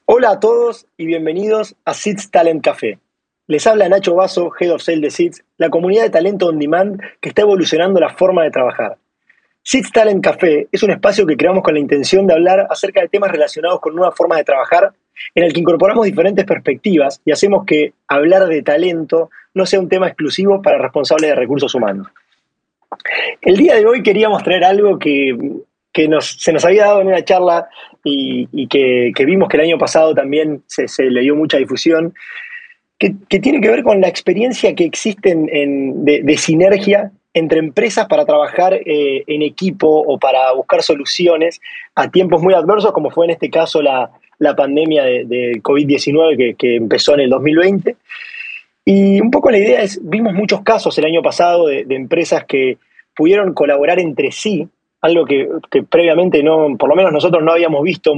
Hola a todos y bienvenidos a Seeds Talent Café. Les habla Nacho Basso, Head of Sales de Seeds, la comunidad de talento on demand que está evolucionando la forma de trabajar. Seeds Talent Café es un espacio que creamos con la intención de hablar acerca de temas relacionados con nuevas formas de trabajar, en el que incorporamos diferentes perspectivas y hacemos que hablar de talento no sea un tema exclusivo para responsables de recursos humanos. El día de hoy queríamos traer algo que se nos había dado en una charla y que vimos que el año pasado también se le dio mucha difusión, que tiene que ver con la experiencia que existe de sinergia entre empresas para trabajar en equipo o para buscar soluciones a tiempos muy adversos, como fue en este caso la pandemia de COVID-19 que empezó en el 2020. Y un poco la idea es, vimos muchos casos el año pasado de empresas que pudieron colaborar entre sí, algo que previamente no, por lo menos nosotros no habíamos visto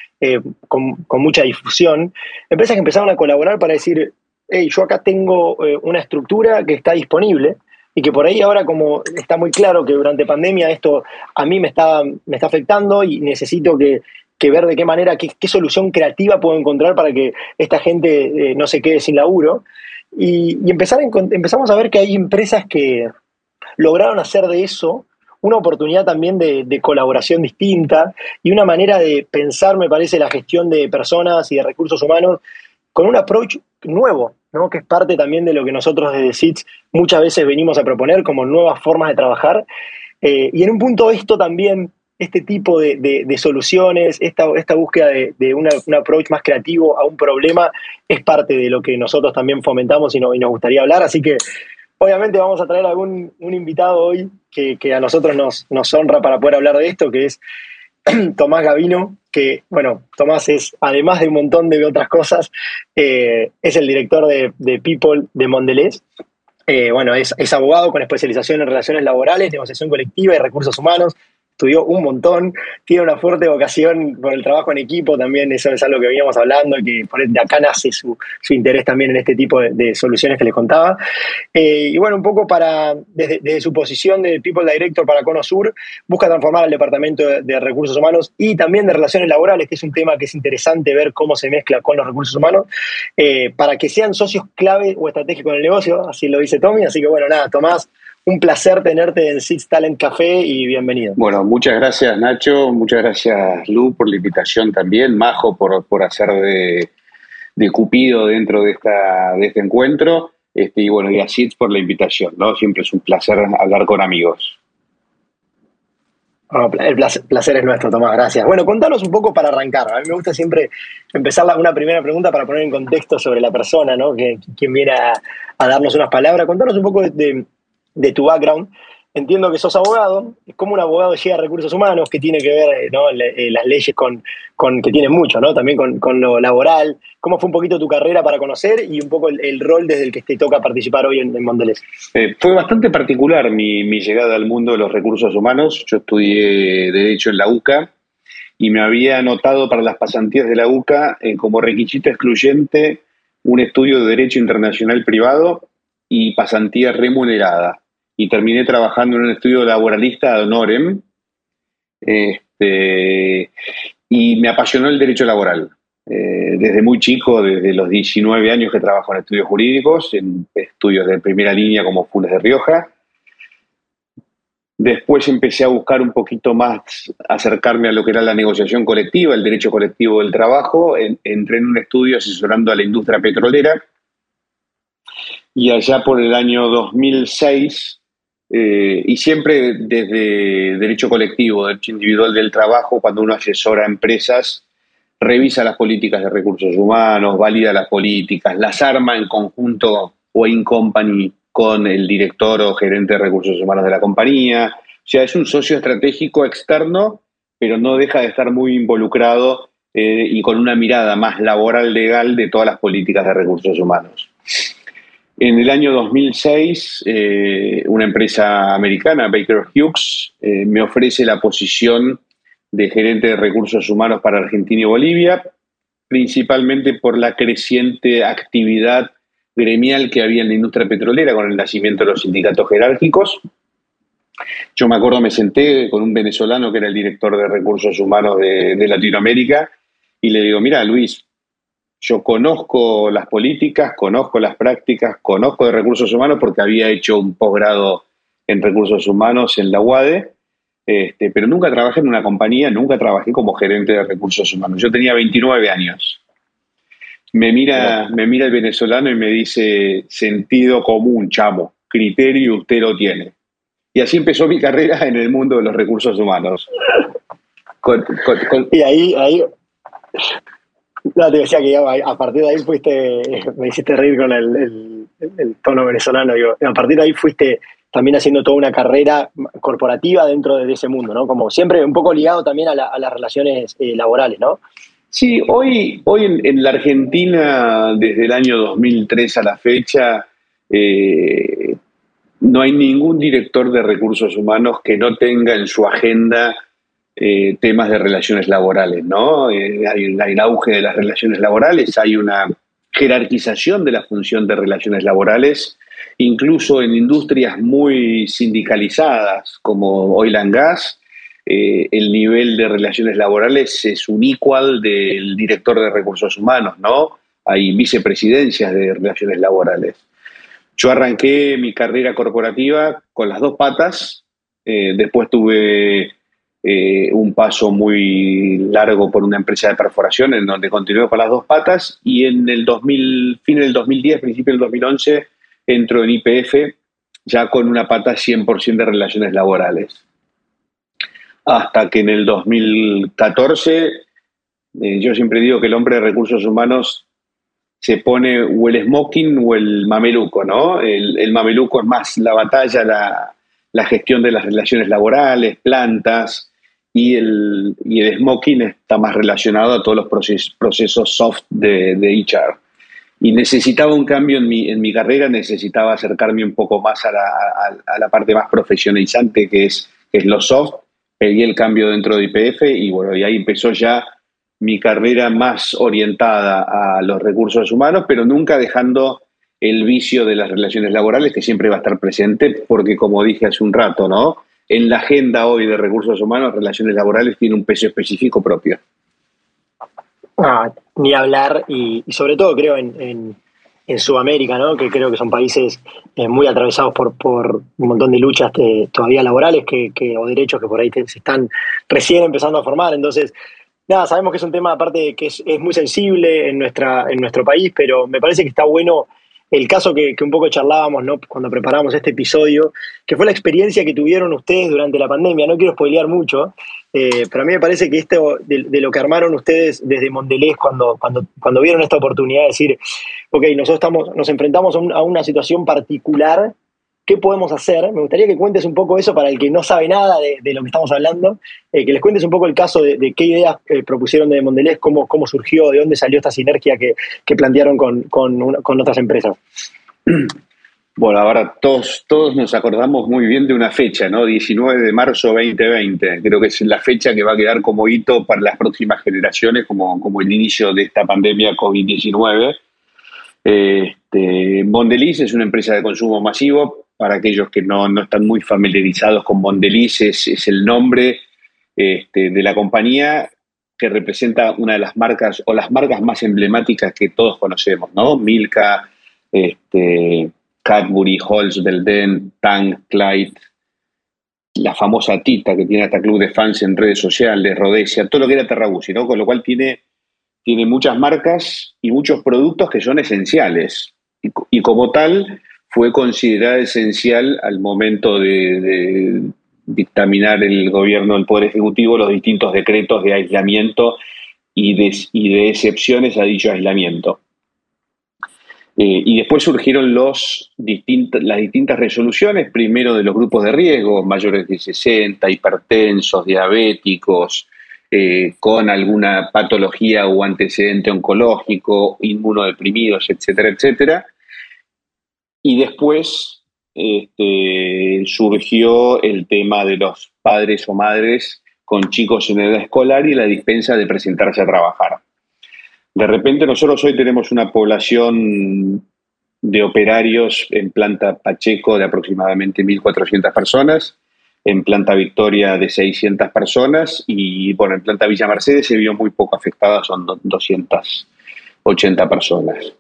con mucha difusión. Empresas que empezaron a colaborar para decir, hey, yo acá tengo una estructura que está disponible y que por ahí ahora como está muy claro que durante pandemia esto a mí me está afectando y necesito que ver de qué manera, qué solución creativa puedo encontrar para que esta gente no se quede sin laburo. Y empezamos a ver que hay empresas que lograron hacer de eso una oportunidad también de colaboración distinta y una manera de pensar, me parece, la gestión de personas y de recursos humanos con un approach nuevo, ¿no? Que es parte también de lo que nosotros desde SITS muchas veces venimos a proponer como nuevas formas de trabajar. Y en un punto esto también, este tipo de soluciones, esta búsqueda de un approach más creativo a un problema, es parte de lo que nosotros también fomentamos y nos gustaría hablar. Así que obviamente vamos a traer un invitado hoy que a nosotros nos honra para poder hablar de esto, que es Tomás Gavino, que, bueno, Tomás es, además de un montón de otras cosas, es el director de People de Mondelez. Bueno, es abogado con especialización en relaciones laborales, negociación colectiva y recursos humanos. Estudió un montón, tiene una fuerte vocación por el trabajo en equipo también, eso es algo que veníamos hablando, que de acá nace su interés también en este tipo de soluciones que les contaba. Y bueno, un poco desde su posición de People Director para Cono Sur, busca transformar al Departamento de Recursos Humanos y también de Relaciones Laborales, que es un tema que es interesante ver cómo se mezcla con los recursos humanos, para que sean socios clave o estratégicos en el negocio, así lo dice Tommy. Así que bueno, nada, Tomás, un placer tenerte en Seeds Talent Café y bienvenido. Bueno, muchas gracias Nacho, muchas gracias Lu por la invitación también, Majo por hacer de Cupido dentro de este encuentro, y bueno, y a Sid por la invitación, ¿no? Siempre es un placer hablar con amigos. Oh, el placer es nuestro, Tomás, gracias. Bueno, contanos un poco para arrancar. A mí me gusta siempre empezar una primera pregunta para poner en contexto sobre la persona, ¿no? Quien viene a darnos unas palabras. Contanos un poco de tu background. Entiendo que sos abogado. ¿Cómo un abogado llega a recursos humanos? ¿Qué tiene que ver, ¿no? Las leyes que tienen mucho, ¿no? También con lo laboral. ¿Cómo fue un poquito tu carrera para conocer y un poco el rol desde el que te toca participar hoy en Mondelez? Fue bastante particular mi llegada al mundo de los recursos humanos. Yo estudié Derecho en la UCA y me había anotado para las pasantías de la UCA como requisito excluyente un estudio de Derecho Internacional Privado y pasantía remunerada. Y terminé trabajando en un estudio laboralista ad honorem, y me apasionó el derecho laboral. Desde muy chico, desde los 19 años que trabajo en estudios jurídicos, en estudios de primera línea como Funes de Rioja. Después empecé a buscar un poquito más, acercarme a lo que era la negociación colectiva, el derecho colectivo del trabajo. Entré en un estudio asesorando a la industria petrolera y allá por el año 2006, y siempre desde derecho colectivo, derecho individual del trabajo, cuando uno asesora a empresas, revisa las políticas de recursos humanos, valida las políticas, las arma en conjunto o in company con el director o gerente de recursos humanos de la compañía. O sea, es un socio estratégico externo, pero no deja de estar muy involucrado y con una mirada más laboral legal de todas las políticas de recursos humanos. En el año 2006, una empresa americana, Baker Hughes, me ofrece la posición de gerente de recursos humanos para Argentina y Bolivia, principalmente por la creciente actividad gremial que había en la industria petrolera con el nacimiento de los sindicatos jerárquicos. Yo me acuerdo, me senté con un venezolano que era el director de recursos humanos de Latinoamérica y le digo, mira, Luis, Yo conozco las políticas, conozco las prácticas, conozco de recursos humanos porque había hecho un posgrado en recursos humanos en la UADE, pero nunca trabajé en una compañía, nunca trabajé como gerente de recursos humanos. Yo tenía 29 años. Me mira el venezolano y me dice, sentido común, chamo, criterio usted lo tiene. Y así empezó mi carrera en el mundo de los recursos humanos. Y ahí, no, te decía que ya a partir de ahí fuiste, me hiciste reír con el tono venezolano, digo, a partir de ahí fuiste también haciendo toda una carrera corporativa dentro de ese mundo, ¿no? Como siempre un poco ligado también a las relaciones laborales, ¿no? Sí, hoy en la Argentina, desde el año 2003 a la fecha, no hay ningún director de recursos humanos que no tenga en su agenda temas de relaciones laborales, ¿no? Hay un auge de las relaciones laborales, hay una jerarquización de la función de relaciones laborales, incluso en industrias muy sindicalizadas como oil and gas. El nivel de relaciones laborales es un igual del director de recursos humanos, ¿no? Hay vicepresidencias de relaciones laborales. Yo arranqué mi carrera corporativa con las dos patas, después tuve un paso muy largo por una empresa de perforación en donde continué con las dos patas y en el 2000, fin del 2010, principio del 2011, entro en YPF ya con una pata 100% de relaciones laborales. Hasta que en el 2014, yo siempre digo que el hombre de recursos humanos se pone o el smoking o el mameluco, ¿no? El mameluco es más la batalla, la gestión de las relaciones laborales, plantas, y el smoking está más relacionado a todos los procesos soft de HR. Y necesitaba un cambio en mi carrera, necesitaba acercarme un poco más a la parte más profesionalizante que es lo soft. Pedí el cambio dentro de YPF y bueno, y ahí empezó ya mi carrera más orientada a los recursos humanos, pero nunca dejando el vicio de las relaciones laborales, que siempre va a estar presente, porque como dije hace un rato, ¿no? En la agenda hoy de recursos humanos, relaciones laborales tiene un peso específico propio. Ni hablar, y sobre todo creo en Sudamérica, ¿no? Que creo que son países muy atravesados por un montón de luchas todavía laborales o derechos que por ahí se están recién empezando a formar. Entonces, nada, sabemos que es un tema aparte que es muy sensible en nuestro país, pero me parece que está bueno el caso que un poco charlábamos, ¿no? Cuando preparamos este episodio, que fue la experiencia que tuvieron ustedes durante la pandemia. No quiero spoilear mucho, pero a mí me parece que esto de lo que armaron ustedes desde Mondelez cuando vieron esta oportunidad de decir, ok, nosotros nos enfrentamos a una situación particular. ¿Qué podemos hacer? Me gustaría que cuentes un poco eso para el que no sabe nada de lo que estamos hablando, que les cuentes un poco el caso de qué ideas propusieron de Mondelez, cómo surgió, de dónde salió esta sinergia que plantearon con otras empresas. Bueno, ahora todos nos acordamos muy bien de una fecha, ¿no? 19 de marzo 2020. Creo que es la fecha que va a quedar como hito para las próximas generaciones, como el inicio de esta pandemia COVID-19. Mondelez es una empresa de consumo masivo. Para aquellos que no están muy familiarizados con Mondelez, es el nombre de la compañía que representa una de las marcas o las marcas más emblemáticas que todos conocemos, ¿no? Milka, Cadbury, Halls, Belden, Tang, Clyde, la famosa Tita que tiene hasta club de fans en redes sociales, Rhodesia, todo lo que era Terrabusi, ¿no? Con lo cual tiene muchas marcas y muchos productos que son esenciales. Y como tal, fue considerada esencial al momento de dictaminar el gobierno, el Poder Ejecutivo, los distintos decretos de aislamiento y de excepciones a dicho aislamiento. Y después surgieron las distintas resoluciones, primero de los grupos de riesgo, mayores de 60, hipertensos, diabéticos, con alguna patología o antecedente oncológico, inmunodeprimidos, etcétera, etcétera. Y después surgió el tema de los padres o madres con chicos en edad escolar y la dispensa de presentarse a trabajar. De repente nosotros hoy tenemos una población de operarios en planta Pacheco de aproximadamente 1.400 personas, en planta Victoria de 600 personas y bueno, en planta Villa Mercedes se vio muy poco afectada, son 280 80 personas.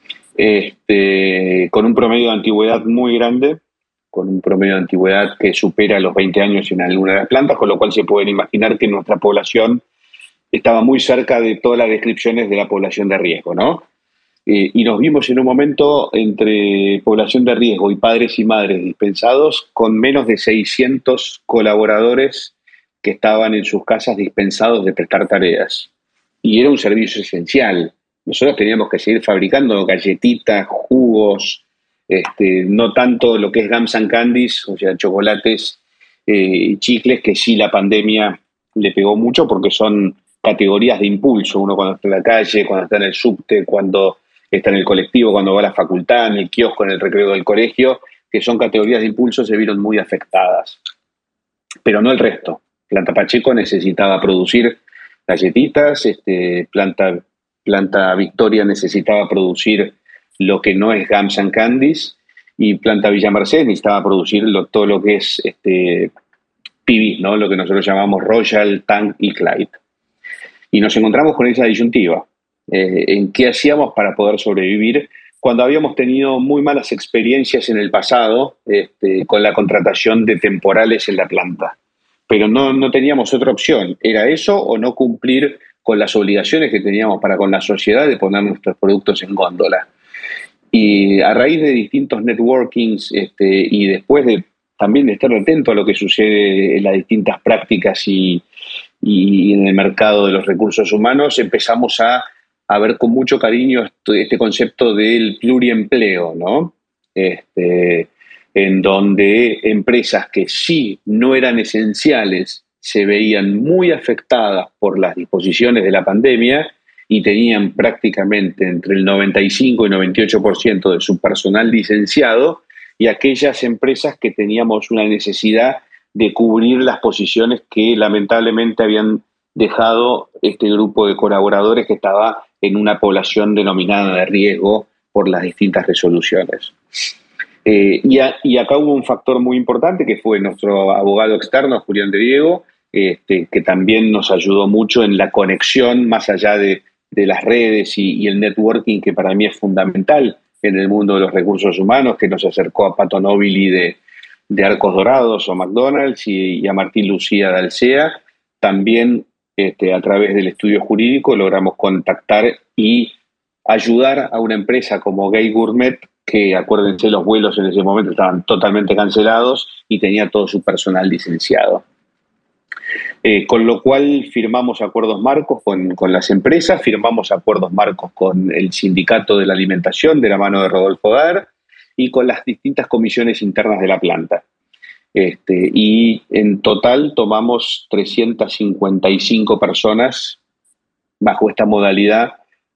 Con un promedio de antigüedad muy grande, con un promedio de antigüedad que supera los 20 años en alguna de las plantas, con lo cual se pueden imaginar que nuestra población estaba muy cerca de todas las descripciones de la población de riesgo, ¿no? Y nos vimos en un momento entre población de riesgo y padres y madres dispensados con menos de 600 colaboradores que estaban en sus casas dispensados de prestar tareas. Y era un servicio esencial. Nosotros teníamos que seguir fabricando galletitas, jugos, no tanto lo que es gums and candies, o sea, chocolates y chicles, que sí la pandemia le pegó mucho porque son categorías de impulso. Uno cuando está en la calle, cuando está en el subte, cuando está en el colectivo, cuando va a la facultad, en el kiosco, en el recreo del colegio, que son categorías de impulso, se vieron muy afectadas. Pero no el resto. Planta Pacheco necesitaba producir galletitas, Planta Victoria necesitaba producir lo que no es gums and candies, y Planta Villa Mercedes necesitaba producir todo lo que es PB, ¿no? Lo que nosotros llamamos Royal, Tank y Clyde. Y nos encontramos con esa disyuntiva. En qué hacíamos para poder sobrevivir cuando habíamos tenido muy malas experiencias en el pasado con la contratación de temporales en la planta. Pero no teníamos otra opción. Era eso o no cumplir con las obligaciones que teníamos para con la sociedad de poner nuestros productos en góndola. Y a raíz de distintos networkings y después también de estar atento a lo que sucede en las distintas prácticas y en el mercado de los recursos humanos, empezamos a ver con mucho cariño este concepto del pluriempleo, ¿no? En donde empresas que sí no eran esenciales se veían muy afectadas por las disposiciones de la pandemia y tenían prácticamente entre el 95 y 98% de su personal licenciado, y aquellas empresas que teníamos una necesidad de cubrir las posiciones que lamentablemente habían dejado este grupo de colaboradores que estaba en una población denominada de riesgo por las distintas resoluciones. Y acá hubo un factor muy importante que fue nuestro abogado externo, Julián de Diego, que también nos ayudó mucho en la conexión más allá de las redes y el networking, que para mí es fundamental en el mundo de los recursos humanos, que nos acercó a Pato Nobili de Arcos Dorados o McDonald's y a Martín Lucía de Alsea. También a través del estudio jurídico logramos contactar y ayudar a una empresa como Gay Gourmet, que acuérdense, los vuelos en ese momento estaban totalmente cancelados y tenía todo su personal licenciado. Con lo cual firmamos acuerdos marcos con las empresas, firmamos acuerdos marcos con el Sindicato de la Alimentación de la mano de Rodolfo Dar y con las distintas comisiones internas de la planta. Y en total tomamos 355 personas bajo esta modalidad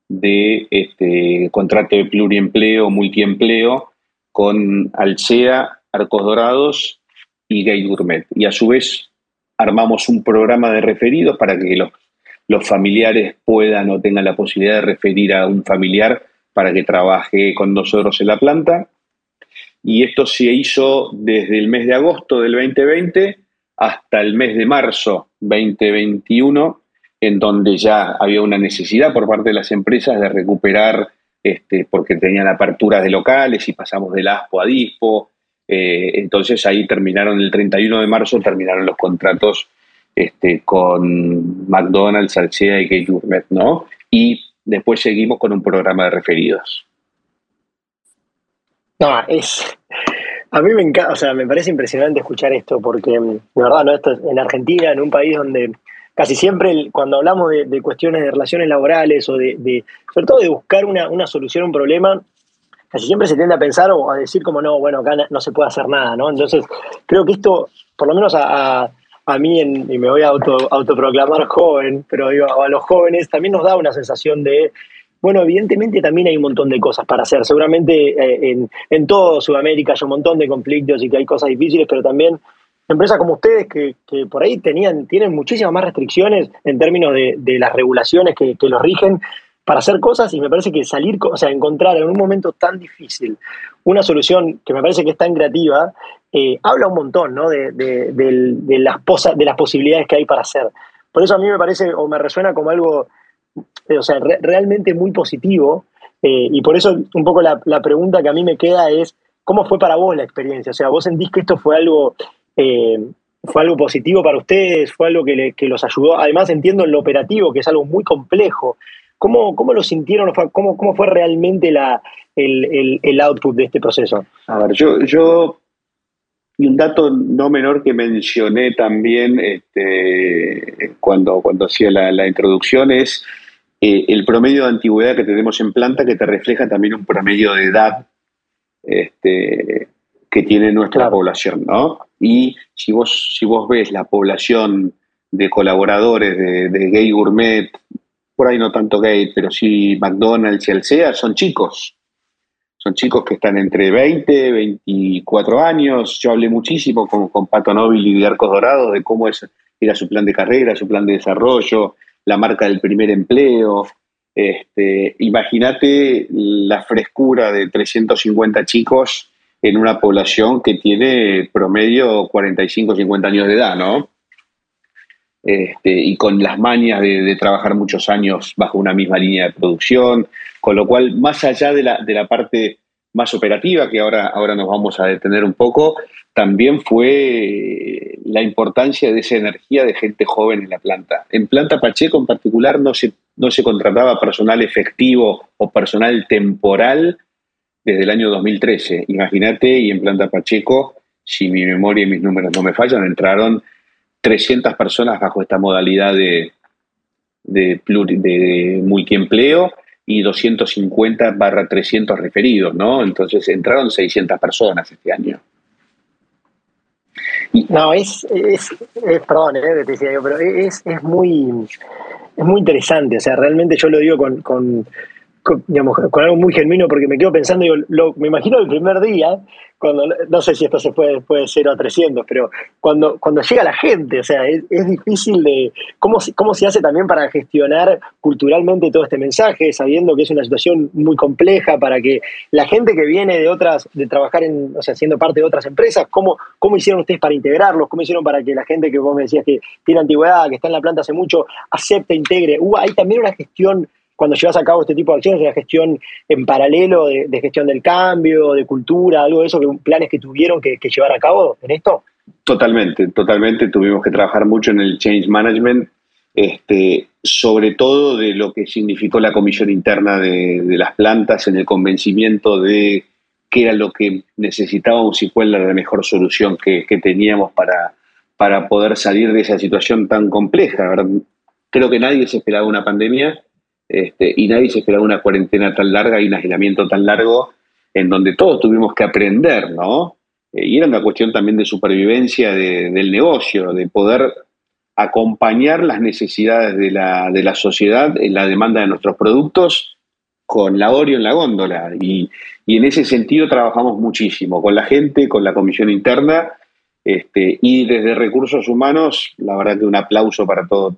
de contrato de pluriempleo, multiempleo, con Alsea, Arcos Dorados y Gay Gourmet. Y a su vez armamos un programa de referidos para que los familiares puedan o tengan la posibilidad de referir a un familiar para que trabaje con nosotros en la planta. Y esto se hizo desde el mes de agosto del 2020 hasta el mes de marzo 2021, en donde ya había una necesidad por parte de las empresas de recuperar, porque tenían aperturas de locales y pasamos del ASPO a DISPO. Entonces ahí terminaron, el 31 de marzo terminaron los contratos con McDonald's, Alsea y Gay Gourmet, ¿no? Y después seguimos con un programa de referidos. No, a mí me encanta, o sea, me parece impresionante escuchar esto, porque de verdad, ¿no? Esto es en Argentina, en un país donde casi siempre cuando hablamos de cuestiones de relaciones laborales o sobre todo de buscar una solución a un problema, casi siempre se tiende a pensar o a decir como no, bueno, acá no se puede hacer nada, ¿no? Entonces, creo que esto, por lo menos a mí, y me voy a autoproclamar joven, pero digo, a los jóvenes también nos da una sensación de, bueno, evidentemente también hay un montón de cosas para hacer. Seguramente en todo Sudamérica hay un montón de conflictos y que hay cosas difíciles, pero también empresas como ustedes que por ahí tienen muchísimas más restricciones en términos de las regulaciones que los rigen para hacer cosas, y me parece que encontrar en un momento tan difícil una solución que me parece que es tan creativa, habla un montón, ¿no? de las posibilidades que hay para hacer. Por eso a mí me parece, o me resuena como algo o sea, realmente muy positivo. Y por eso un poco la pregunta que a mí me queda es, ¿cómo fue para vos la experiencia? O sea, ¿vos sentís que esto fue algo positivo para ustedes? ¿Fue algo que los ayudó? Además, entiendo en lo operativo, que es algo muy complejo. ¿Cómo lo sintieron? ¿Cómo fue realmente el output de este proceso? A ver, y un dato no menor que mencioné también cuando hacía la introducción es el promedio de antigüedad que tenemos en planta, que te refleja también un promedio de edad que tiene nuestra Claro. población, ¿no? Y si vos ves la población de colaboradores de Gay Gourmet, por ahí no tanto Gay, pero sí McDonald's y Alsea, son chicos. Son chicos que están entre 20, 24 años. Yo hablé muchísimo con Pato Nóbil y de Arcos Dorados de cómo era su plan de carrera, su plan de desarrollo, la marca del primer empleo. Imagínate la frescura de 350 chicos en una población que tiene promedio 45, 50 años de edad, ¿no? Y con las mañas de trabajar muchos años bajo una misma línea de producción, con lo cual, más allá de la parte más operativa, que ahora nos vamos a detener un poco, también fue la importancia de esa energía de gente joven en la planta. En Planta Pacheco en particular no se contrataba personal efectivo o personal temporal desde el año 2013. Imagínate, y en Planta Pacheco, si mi memoria y mis números no me fallan, entraron 300 personas bajo esta modalidad de multiempleo y 250/300 referidos, ¿no? Entonces entraron 600 personas este año. Y No, perdón, que te decía yo, pero es muy interesante. O sea, realmente yo lo digo digamos, con algo muy genuino porque me quedo pensando, digo, me imagino el primer día, cuando, no sé si esto se puede 0 a 300, pero cuando llega la gente, o sea, es difícil de, cómo se hace también para gestionar culturalmente todo este mensaje, sabiendo que es una situación muy compleja para que la gente que viene de trabajar o sea, siendo parte de otras empresas, ¿cómo hicieron ustedes para integrarlos? ¿Cómo hicieron para que la gente que vos me decías que tiene antigüedad, que está en la planta hace mucho, acepte, integre? Hay también una gestión cuando llevas a cabo este tipo de acciones, una gestión en paralelo de gestión del cambio, de cultura, algo de eso, planes que tuvieron que llevar a cabo en esto? totalmente, totalmente tuvimos que trabajar mucho en el change management, sobre todo de lo que significó la comisión interna de las plantas, en el convencimiento de qué era lo que necesitábamos y cuál era la mejor solución que teníamos para poder salir de esa situación tan compleja, ¿verdad? Creo que nadie se esperaba una pandemia, y nadie se esperaba una cuarentena tan larga y un aislamiento tan largo en donde todos tuvimos que aprender, ¿no? Y era una cuestión también de supervivencia del negocio, de poder acompañar las necesidades de la sociedad en la demanda de nuestros productos con la Oreo en la góndola. Y en ese sentido trabajamos muchísimo con la gente, con la comisión interna, y desde recursos humanos, la verdad que un aplauso para todo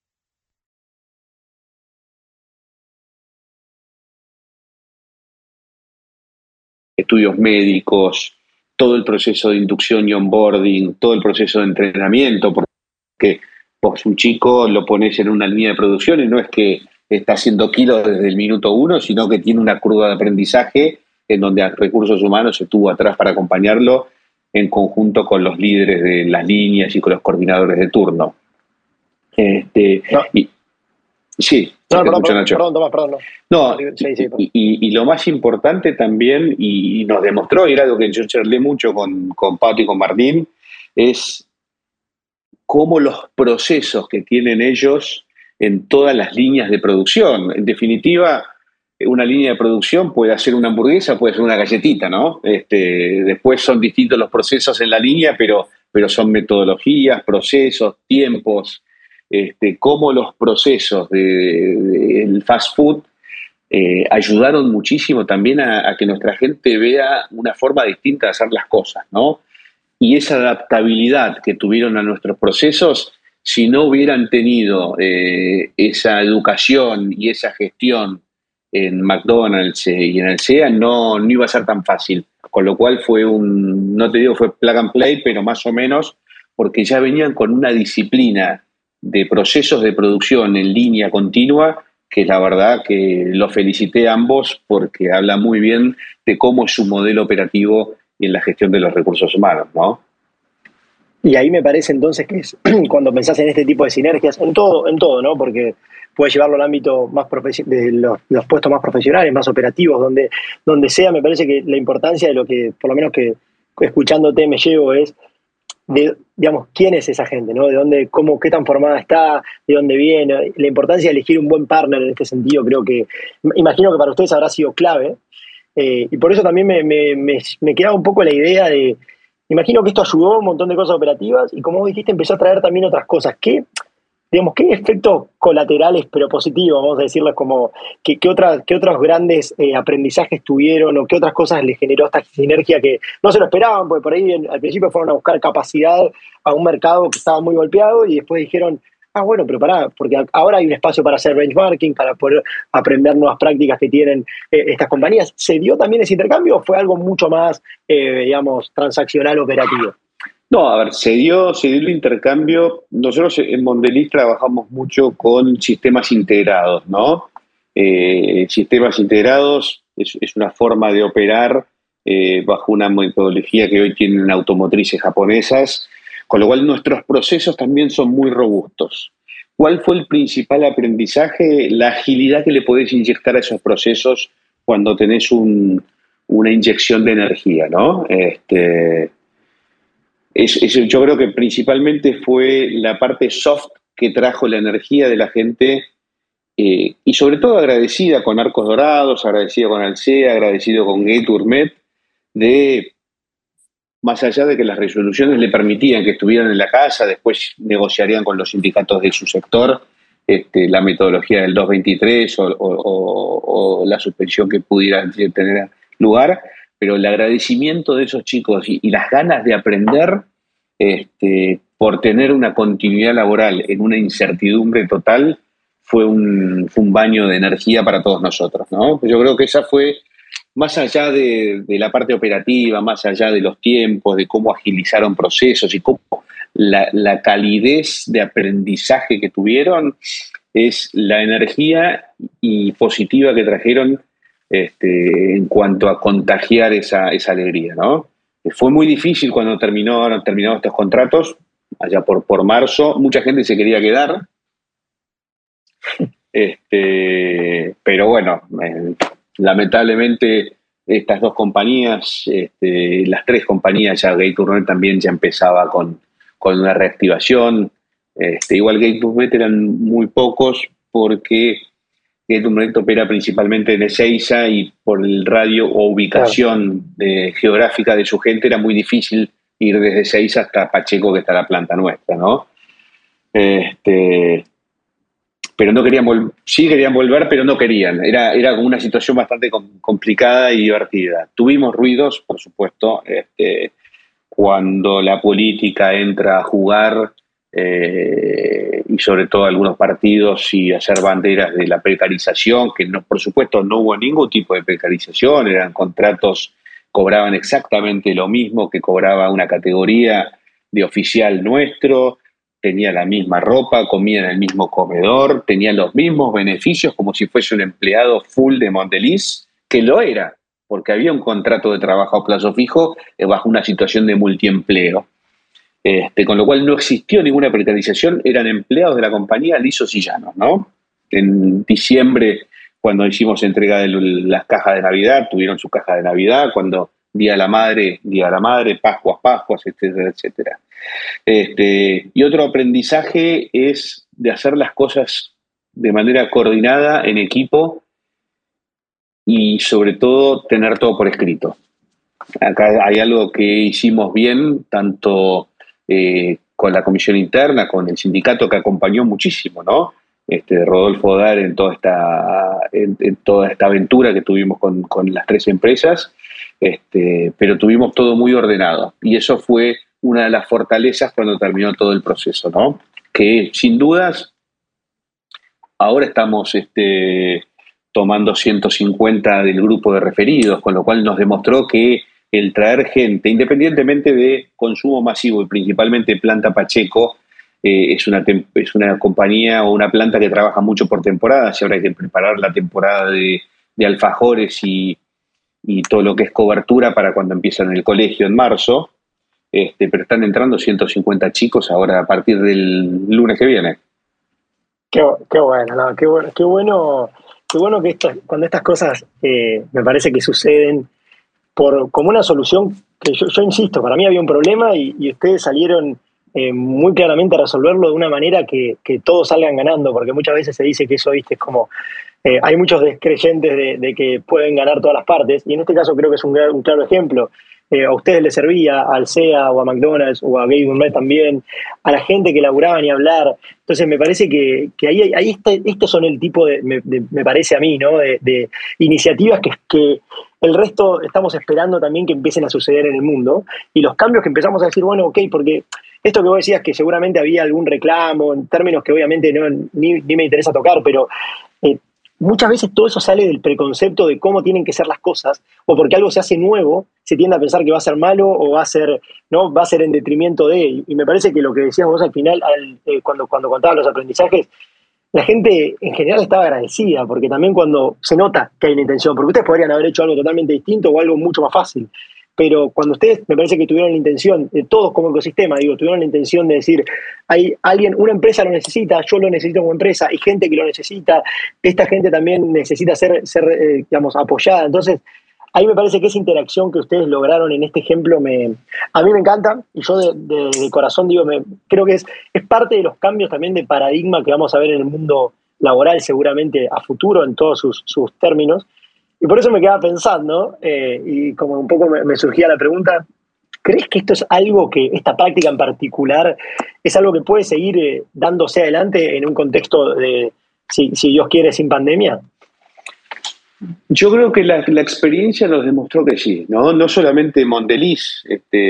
estudios médicos, todo el proceso de inducción y onboarding, todo el proceso de entrenamiento, porque vos un chico lo pones en una línea de producción y no es que está haciendo kilos desde el minuto uno, sino que tiene una curva de aprendizaje en donde recursos humanos estuvo atrás para acompañarlo en conjunto con los líderes de las líneas y con los coordinadores de turno. No, Y, sí, no, te escucho, perdón, Nacho. perdón, Tomás, perdón. No. No, Sí, sí, perdón. y lo más importante también, y nos demostró, y era algo que yo charlé mucho con Pato y con Martín, es cómo los procesos que tienen ellos en todas las líneas de producción. En definitiva, una línea de producción puede hacer una hamburguesa, puede hacer una galletita, ¿no? Después son distintos los procesos en la línea, pero son metodologías, procesos, tiempos, cómo los procesos del fast food ayudaron muchísimo también a que nuestra gente vea una forma distinta de hacer las cosas, ¿no? Y esa adaptabilidad que tuvieron a nuestros procesos, si no hubieran tenido esa educación y esa gestión en McDonald's y en el SEA, no iba a ser tan fácil. Con lo cual no te digo fue plug and play, pero más o menos, porque ya venían con una disciplina de procesos de producción en línea continua que la verdad que los felicité a ambos porque habla muy bien de cómo es su modelo operativo en la gestión de los recursos humanos, ¿no? Y ahí me parece entonces que es cuando pensás en este tipo de sinergias, en todo, ¿no? Porque puedes llevarlo al ámbito más de los puestos más profesionales, más operativos, donde sea, me parece que la importancia de lo que, por lo menos que escuchándote me llevo es de, digamos, quién es esa gente, ¿no? De dónde, cómo, qué tan formada está, de dónde viene, la importancia de elegir un buen partner en este sentido, creo que, imagino que para ustedes habrá sido clave, y por eso también me quedaba un poco la idea de, imagino que esto ayudó a un montón de cosas operativas y como vos dijiste, empezó a traer también otras cosas. ¿Qué, digamos, qué efectos colaterales pero positivos, vamos a decirles, como qué otros grandes aprendizajes tuvieron o qué otras cosas les generó esta sinergia que no se lo esperaban, porque por ahí al principio fueron a buscar capacidad a un mercado que estaba muy golpeado y después dijeron, ah, bueno, pero pará, porque ahora hay un espacio para hacer benchmarking, para poder aprender nuevas prácticas que tienen estas compañías. ¿Se dio también ese intercambio o fue algo mucho más, digamos, transaccional operativo? No, a ver, se dio el intercambio. Nosotros en Mondelez trabajamos mucho con sistemas integrados, ¿no? Sistemas integrados es una forma de operar bajo una metodología que hoy tienen automotrices japonesas, con lo cual nuestros procesos también son muy robustos. ¿Cuál fue el principal aprendizaje? La agilidad que le podés inyectar a esos procesos cuando tenés una inyección de energía, ¿no? Yo creo que principalmente fue la parte soft que trajo la energía de la gente y sobre todo agradecida con Arcos Dorados, agradecida con Alsea, agradecido con Gate Gourmet, de más allá de que las resoluciones le permitían que estuvieran en la casa, después negociarían con los sindicatos de su sector la metodología del 223 o la suspensión que pudiera tener lugar, pero el agradecimiento de esos chicos y las ganas de aprender por tener una continuidad laboral en una incertidumbre total fue un baño de energía para todos nosotros, ¿no? Yo creo que esa fue, más allá de la parte operativa, más allá de los tiempos, de cómo agilizaron procesos y cómo la calidez de aprendizaje que tuvieron, es la energía y positiva que trajeron en cuanto a contagiar esa alegría, ¿no? Fue muy difícil cuando terminaron estos contratos, allá por marzo, mucha gente se quería quedar, pero bueno, lamentablemente estas dos compañías, las tres compañías, ya Gate Gourmet también ya empezaba con una reactivación. Igual Gate Gourmet eran muy pocos porque Gate Gourmet opera principalmente en Ezeiza y por el radio o ubicación geográfica de su gente era muy difícil ir desde Ezeiza hasta Pacheco, que está la planta nuestra, ¿no? Pero no querían sí querían volver, pero no querían. Era como una situación bastante complicada y divertida. Tuvimos ruidos, por supuesto, cuando la política entra a jugar y sobre todo algunos partidos y hacer banderas de la precarización, que no, por supuesto no hubo ningún tipo de precarización, eran contratos, cobraban exactamente lo mismo que cobraba una categoría de oficial nuestro, tenía la misma ropa, comía en el mismo comedor, tenía los mismos beneficios como si fuese un empleado full de Mondelez, que lo era, porque había un contrato de trabajo a plazo fijo bajo una situación de multiempleo. Con lo cual no existió ninguna precarización, eran empleados de la compañía lisos y llanos, ¿no? En diciembre, cuando hicimos entrega de las cajas de Navidad, tuvieron su caja de Navidad, cuando Día de la Madre, Pascuas, etcétera, etcétera. Y otro aprendizaje es de hacer las cosas de manera coordinada, en equipo, y sobre todo tener todo por escrito. Acá hay algo que hicimos bien, tanto con la comisión interna, con el sindicato que acompañó muchísimo, ¿no? Rodolfo Dar en toda esta aventura que tuvimos con las tres empresas, pero tuvimos todo muy ordenado y eso fue una de las fortalezas cuando terminó todo el proceso, ¿no? Que sin dudas ahora estamos tomando 150 del grupo de referidos, con lo cual nos demostró que el traer gente, independientemente de consumo masivo y principalmente Planta Pacheco, es una compañía o una planta que trabaja mucho por temporadas y ahora hay que preparar la temporada de alfajores y todo lo que es cobertura para cuando empiezan el colegio en marzo. Pero están entrando 150 chicos ahora a partir del lunes que viene. Qué bueno, ¿no? Qué bueno que cuando estas cosas me parece que suceden como una solución que yo insisto, para mí había un problema y ustedes salieron muy claramente a resolverlo de una manera que todos salgan ganando, porque muchas veces se dice que eso, viste, es como, hay muchos descreyentes de que pueden ganar todas las partes, y en este caso creo que es un claro ejemplo. A ustedes les servía, al SEA o a McDonald's o a Gay Gourmet también, a la gente que laburaba ni hablar. Entonces me parece que ahí estos son el tipo me parece a mí, ¿no? De iniciativas que el resto estamos esperando también que empiecen a suceder en el mundo, y los cambios que empezamos a decir, bueno, ok, porque esto que vos decías que seguramente había algún reclamo, en términos que obviamente ni me interesa tocar, pero eh, muchas veces todo eso sale del preconcepto de cómo tienen que ser las cosas, o porque algo se hace nuevo, se tiende a pensar que va a ser malo o va a ser, ¿no? Va a ser en detrimento de, y me parece que lo que decías vos al final, cuando contabas los aprendizajes, la gente en general estaba agradecida, porque también cuando se nota que hay una intención, porque ustedes podrían haber hecho algo totalmente distinto o algo mucho más fácil, pero cuando ustedes me parece que tuvieron la intención, todos como ecosistema, digo, tuvieron la intención de decir, hay alguien, una empresa lo necesita, yo lo necesito como empresa, hay gente que lo necesita, esta gente también necesita ser digamos, apoyada. Entonces, ahí me parece que esa interacción que ustedes lograron en este ejemplo a mí me encanta, y yo de corazón digo, creo que es parte de los cambios también de paradigma que vamos a ver en el mundo laboral seguramente a futuro en todos sus términos. Y por eso me quedaba pensando, y como un poco me surgía la pregunta, ¿crees que esto es algo que, esta práctica en particular, es algo que puede seguir dándose adelante en un contexto de, si Dios quiere, sin pandemia? Yo creo que la experiencia nos demostró que sí, ¿no? No solamente Mondeliz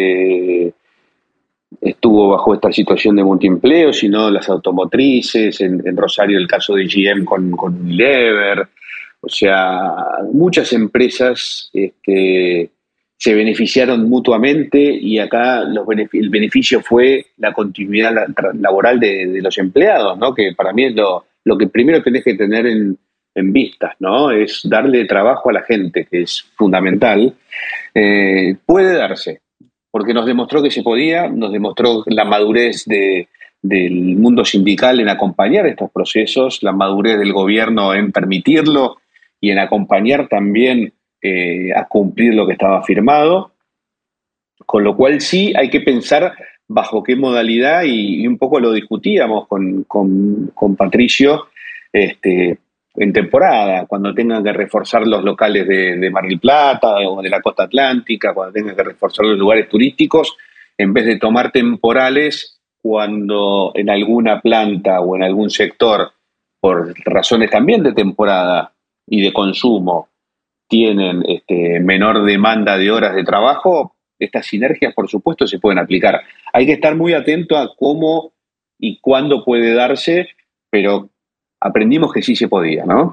estuvo bajo esta situación de multiempleo, sino las automotrices, en Rosario el caso de GM con Unilever, o sea, muchas empresas se beneficiaron mutuamente y acá el beneficio fue la continuidad laboral de los empleados, ¿no? Que para mí es lo que primero tenés que tener en vistas, ¿no? Es darle trabajo a la gente, que es fundamental. Puede darse, porque nos demostró que se podía, nos demostró la madurez del mundo sindical en acompañar estos procesos, la madurez del gobierno en permitirlo y en acompañar también a cumplir lo que estaba firmado, con lo cual sí hay que pensar bajo qué modalidad y un poco lo discutíamos con Patricio, en temporada, cuando tengan que reforzar los locales de Mar del Plata o de la costa atlántica, cuando tengan que reforzar los lugares turísticos, en vez de tomar temporales cuando en alguna planta o en algún sector, por razones también de temporada y de consumo, tienen menor demanda de horas de trabajo, estas sinergias, por supuesto, se pueden aplicar. Hay que estar muy atento a cómo y cuándo puede darse, pero aprendimos que sí se podía, ¿no?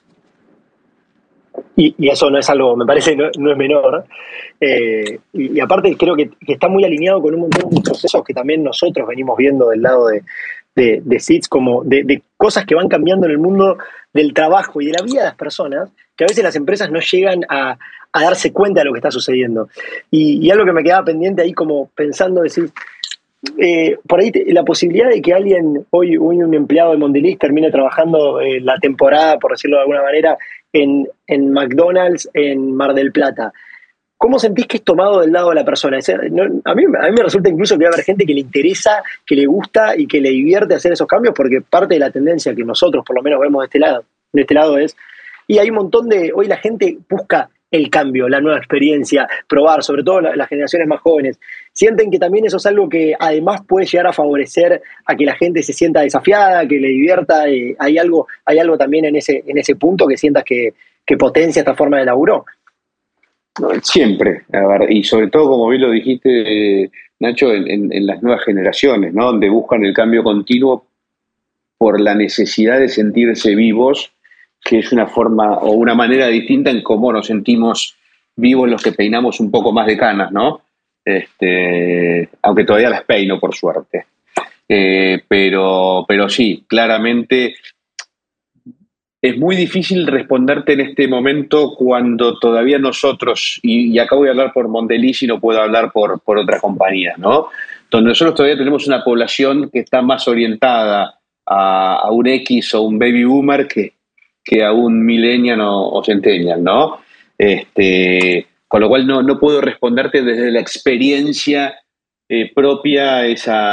Y eso no es algo, me parece, no es menor. Y aparte creo que está muy alineado con un montón de procesos que también nosotros venimos viendo del lado de SITS, como de cosas que van cambiando en el mundo del trabajo y de la vida de las personas, que a veces las empresas no llegan a darse cuenta de lo que está sucediendo. Y algo que me quedaba pendiente ahí como pensando, decir, por ahí la posibilidad de que hoy un empleado de Mondeliz termine trabajando la temporada, por decirlo de alguna manera, en McDonald's en Mar del Plata. ¿Cómo sentís que es tomado del lado de la persona? A mí me resulta incluso que va a haber gente que le interesa, que le gusta y que le divierte hacer esos cambios, porque parte de la tendencia que nosotros por lo menos vemos de este lado es, y hay un montón hoy la gente busca el cambio, la nueva experiencia, probar, sobre todo las generaciones más jóvenes. Sienten que también eso es algo que además puede llegar a favorecer a que la gente se sienta desafiada, que le divierta. Hay algo también en ese punto que sientas que potencia esta forma de laburo. No, siempre, a ver, y sobre todo, como bien lo dijiste, Nacho, en las nuevas generaciones, ¿no? Donde buscan el cambio continuo por la necesidad de sentirse vivos, que es una forma o una manera distinta en cómo nos sentimos vivos los que peinamos un poco más de canas, ¿no? Aunque todavía las peino, por suerte. Pero sí, claramente es muy difícil responderte en este momento cuando todavía nosotros, y acá voy a hablar por Mondeliz y no puedo hablar por otra compañía, ¿no? Donde nosotros todavía tenemos una población que está más orientada a un X o un baby boomer que a un millennial o centennial, ¿no? Con lo cual no puedo responderte desde la experiencia propia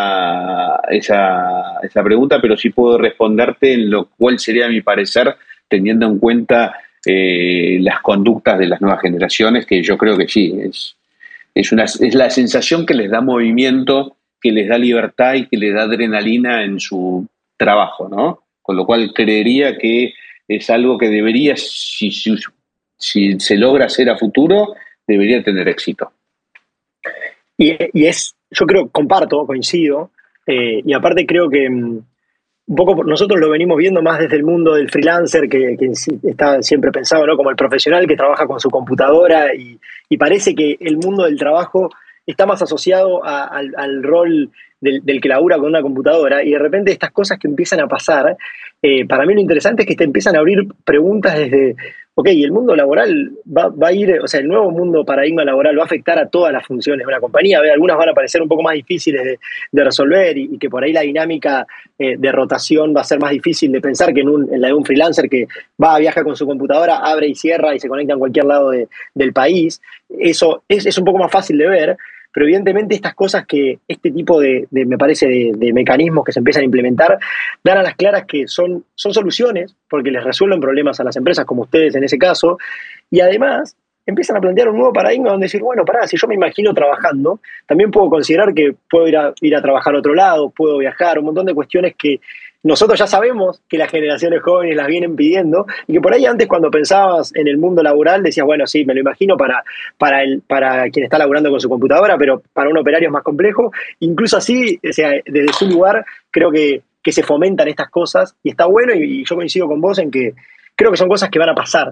esa pregunta, pero sí puedo responderte en lo cual sería mi parecer, teniendo en cuenta las conductas de las nuevas generaciones, que yo creo que sí, es la sensación que les da movimiento, que les da libertad y que les da adrenalina en su trabajo, ¿no? Con lo cual creería que es algo que debería, si se logra hacer a futuro, debería tener éxito. Yo creo, comparto, coincido, y aparte creo que un poco nosotros lo venimos viendo más desde el mundo del freelancer, que está siempre pensado, ¿no?, como el profesional que trabaja con su computadora, y parece que el mundo del trabajo está más asociado al rol del que labura con una computadora, y de repente estas cosas que empiezan a pasar, para mí lo interesante es que te empiezan a abrir preguntas desde, ok, el mundo laboral va a ir, o sea, el nuevo mundo paradigma laboral va a afectar a todas las funciones de una compañía. Algunas van a parecer un poco más difíciles de resolver, y que por ahí la dinámica de rotación va a ser más difícil de pensar que en la de un freelancer que viaja con su computadora, abre y cierra y se conecta en cualquier lado del país. Eso es un poco más fácil de ver, pero evidentemente estas cosas este tipo me parece, de mecanismos que se empiezan a implementar, dan a las claras que son soluciones, porque les resuelven problemas a las empresas, como ustedes en ese caso, y además empiezan a plantear un nuevo paradigma donde decir, bueno, pará, si yo me imagino trabajando, también puedo considerar que puedo ir a trabajar a otro lado, puedo viajar, un montón de cuestiones que nosotros ya sabemos que las generaciones jóvenes las vienen pidiendo, y que por ahí antes, cuando pensabas en el mundo laboral, decías, bueno, sí, me lo imagino para quien está laburando con su computadora, pero para un operario es más complejo. Incluso así, o sea, desde su lugar, creo que se fomentan estas cosas, y está bueno, y yo coincido con vos en que creo que son cosas que van a pasar.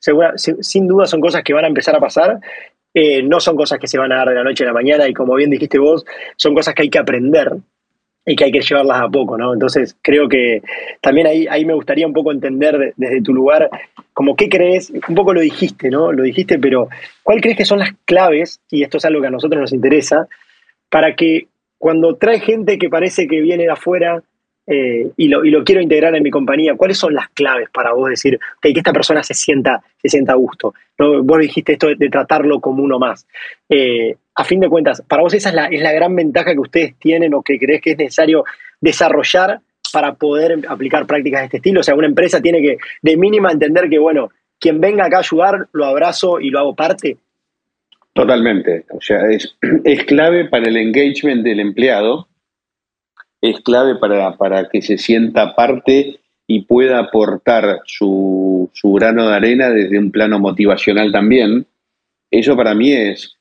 Sin duda son cosas que van a empezar a pasar. No son cosas que se van a dar de la noche a la mañana, y como bien dijiste vos, son cosas que hay que aprender y que hay que llevarlas a poco, ¿no? Entonces creo que también ahí me gustaría un poco entender desde tu lugar, como qué crees, un poco lo dijiste, ¿no? Lo dijiste, pero ¿cuál crees que son las claves, y esto es algo que a nosotros nos interesa, para que cuando trae gente que parece que viene de afuera, y lo quiero integrar en mi compañía, ¿cuáles son las claves para vos decir, okay, que esta persona se sienta a gusto? ¿No? Vos dijiste esto de tratarlo como uno más. A fin de cuentas, para vos esa es la gran ventaja que ustedes tienen, o que crees que es necesario desarrollar para poder aplicar prácticas de este estilo. O sea, una empresa tiene que, de mínima, entender que, bueno, quien venga acá a ayudar, lo abrazo y lo hago parte. Totalmente. O sea, es clave para el engagement del empleado, es clave para que se sienta parte y pueda aportar su grano de arena desde un plano motivacional también. Eso para mí es,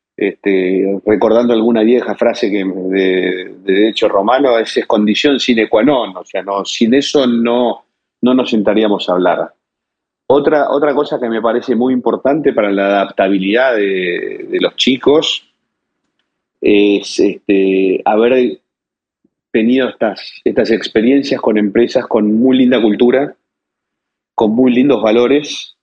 recordando alguna vieja frase de derecho romano, es condición sine qua non. O sea, sin eso no nos sentaríamos a hablar. Otra cosa que me parece muy importante para la adaptabilidad de los chicos es haber tenido estas experiencias con empresas con muy linda cultura, con muy lindos valores,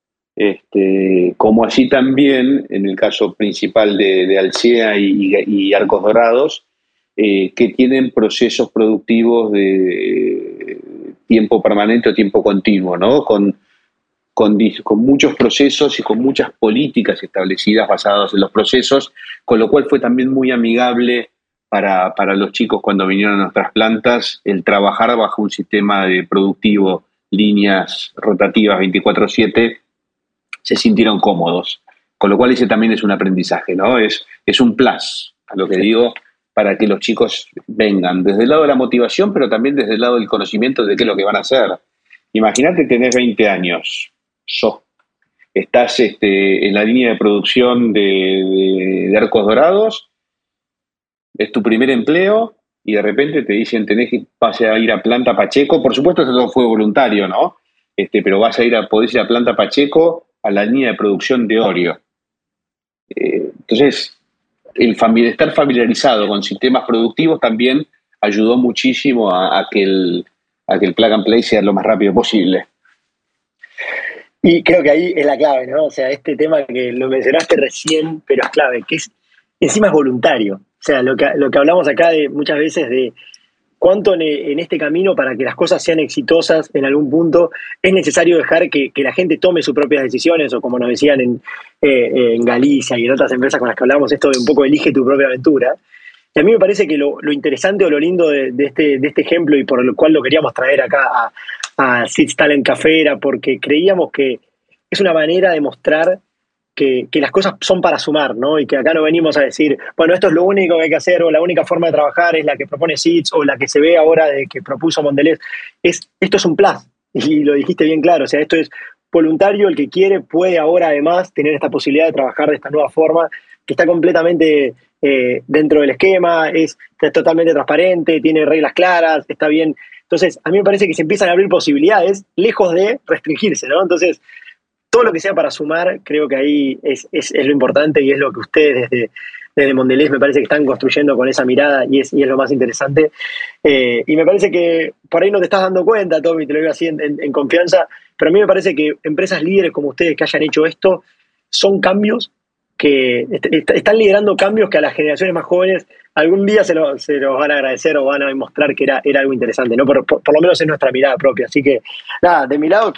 como así también en el caso principal de Alsea y Arcos Dorados, que tienen procesos productivos de tiempo permanente o tiempo continuo, ¿no? Con muchos procesos y con muchas políticas establecidas basadas en los procesos, con lo cual fue también muy amigable para los chicos cuando vinieron a nuestras plantas el trabajar bajo un sistema de productivo, líneas rotativas 24/7, se sintieron cómodos. Con lo cual ese también es un aprendizaje, ¿no? Es un plus, a lo que digo, para que los chicos vengan desde el lado de la motivación, pero también desde el lado del conocimiento de qué es lo que van a hacer. Imagínate, tenés 20 años, estás en la línea de producción de Arcos Dorados, es tu primer empleo, y de repente te dicen tenés que pase a ir a Planta Pacheco. Por supuesto, eso fue voluntario, ¿no? Pero podés ir a Planta Pacheco, a la línea de producción de Oreo. Entonces, estar familiarizado con sistemas productivos también ayudó muchísimo a que el plug and play sea lo más rápido posible. Y creo que ahí es la clave, ¿no? O sea, este tema que lo mencionaste recién, pero es clave, que encima es voluntario. O sea, lo que hablamos acá de muchas veces de cuánto en este camino, para que las cosas sean exitosas en algún punto, es necesario dejar que la gente tome sus propias decisiones, o como nos decían en Galicia y en otras empresas con las que hablamos, esto de un poco elige tu propia aventura. Y a mí me parece que lo interesante o lo lindo de este ejemplo, y por lo cual lo queríamos traer acá a Seeds Talent Café, era porque creíamos que es una manera de mostrar que las cosas son para sumar, ¿no? Y que acá no venimos a decir, bueno, esto es lo único que hay que hacer, o la única forma de trabajar es la que propone Seeds, o la que se ve ahora de que propuso Mondelez. Esto es un plus, y lo dijiste bien claro, o sea, esto es voluntario, el que quiere puede ahora además tener esta posibilidad de trabajar de esta nueva forma, que está completamente dentro del esquema, es totalmente transparente, tiene reglas claras, está bien. Entonces, a mí me parece que se empiezan a abrir posibilidades lejos de restringirse, ¿no? Entonces, todo lo que sea para sumar, creo que ahí es lo importante, y es lo que ustedes desde Mondelez me parece que están construyendo con esa mirada, y es lo más interesante. Y me parece que por ahí no te estás dando cuenta, Tommy, te lo digo así en confianza, pero a mí me parece que empresas líderes como ustedes que hayan hecho esto son cambios que están liderando cambios que a las generaciones más jóvenes algún día se los van a agradecer o van a demostrar que era algo interesante, ¿no? Por lo menos es nuestra mirada propia. Así que, nada, de mi lado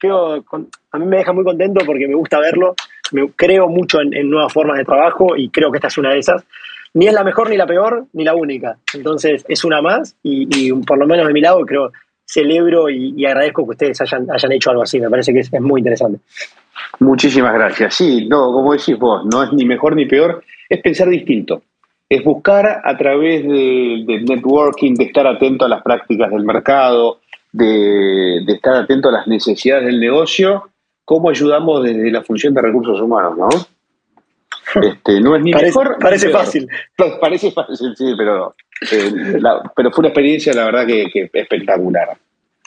a mí me deja muy contento porque me gusta verlo, creo mucho en nuevas formas de trabajo, y creo que esta es una de esas. Ni es la mejor, ni la peor, ni la única. Entonces, es una más, y por lo menos de mi lado creo, celebro y agradezco que ustedes hayan hecho algo así. Me parece que es muy interesante. Muchísimas gracias. Sí, no, como decís vos, no es ni mejor ni peor, es pensar distinto. Es buscar a través de networking, de estar atento a las prácticas del mercado, de estar atento a las necesidades del negocio, cómo ayudamos desde la función de recursos humanos, ¿no? No es ni mejor. Parece fácil. Parece fácil, sí, pero fue una experiencia, la verdad, que espectacular.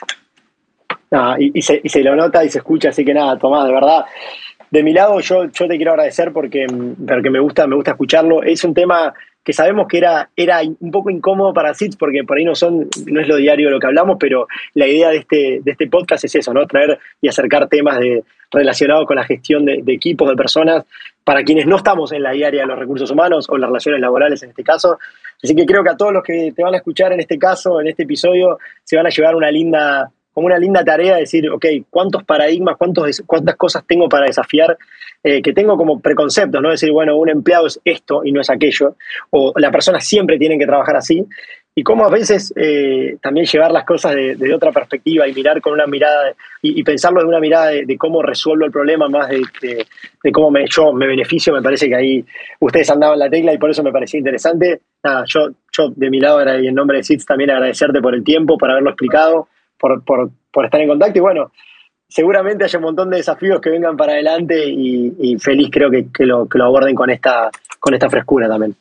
Y se lo nota y se escucha, así que nada, Tomás, de verdad, de mi lado yo te quiero agradecer porque me gusta escucharlo. Es un tema que sabemos que era un poco incómodo para Seeds, porque por ahí no es lo diario de lo que hablamos, pero la idea de este podcast es eso, ¿no? Traer y acercar temas relacionados con la gestión de equipos, de personas, para quienes no estamos en la diaria de los recursos humanos o las relaciones laborales en este caso. Así que creo que a todos los que te van a escuchar en este caso, en este episodio, se van a llevar una linda tarea de decir, ok, cuántos paradigmas, cuántas cosas tengo para desafiar, que tengo como preconceptos, ¿no? Decir, bueno, un empleado es esto y no es aquello, o la persona siempre tiene que trabajar así, y cómo a veces también llevar las cosas de otra perspectiva y mirar con una mirada, y pensarlo de una mirada de cómo resuelvo el problema, más de cómo yo me beneficio. Me parece que ahí ustedes han dado en la tecla, y por eso me parecía interesante. Nada, yo de mi lado, y en nombre de Seeds, también agradecerte por el tiempo, por haberlo explicado, por estar en contacto, y bueno, seguramente haya un montón de desafíos que vengan para adelante, y feliz creo que lo aborden con esta frescura también.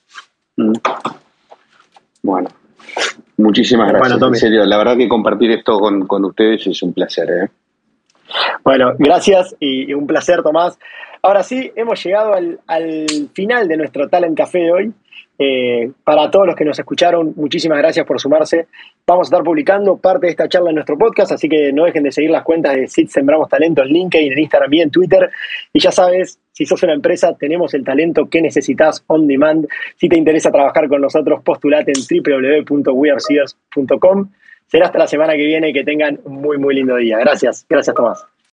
Bueno, muchísimas gracias, Tommy, en serio, la verdad que compartir esto con ustedes es un placer, ¿eh? Bueno, gracias y un placer, Tomás. Ahora sí, hemos llegado al final de nuestro Talent Café de hoy. Para todos los que nos escucharon, muchísimas gracias por sumarse. Vamos a estar publicando parte de esta charla en nuestro podcast, así que no dejen de seguir las cuentas de Seeds Sembramos Talento en LinkedIn, en Instagram y en Twitter. Y ya sabes, si sos una empresa, tenemos el talento que necesitas on demand. Si te interesa trabajar con nosotros, postulate en www.weareseers.com. Será hasta la semana que viene. Que tengan un muy, muy lindo día. Gracias, Tomás.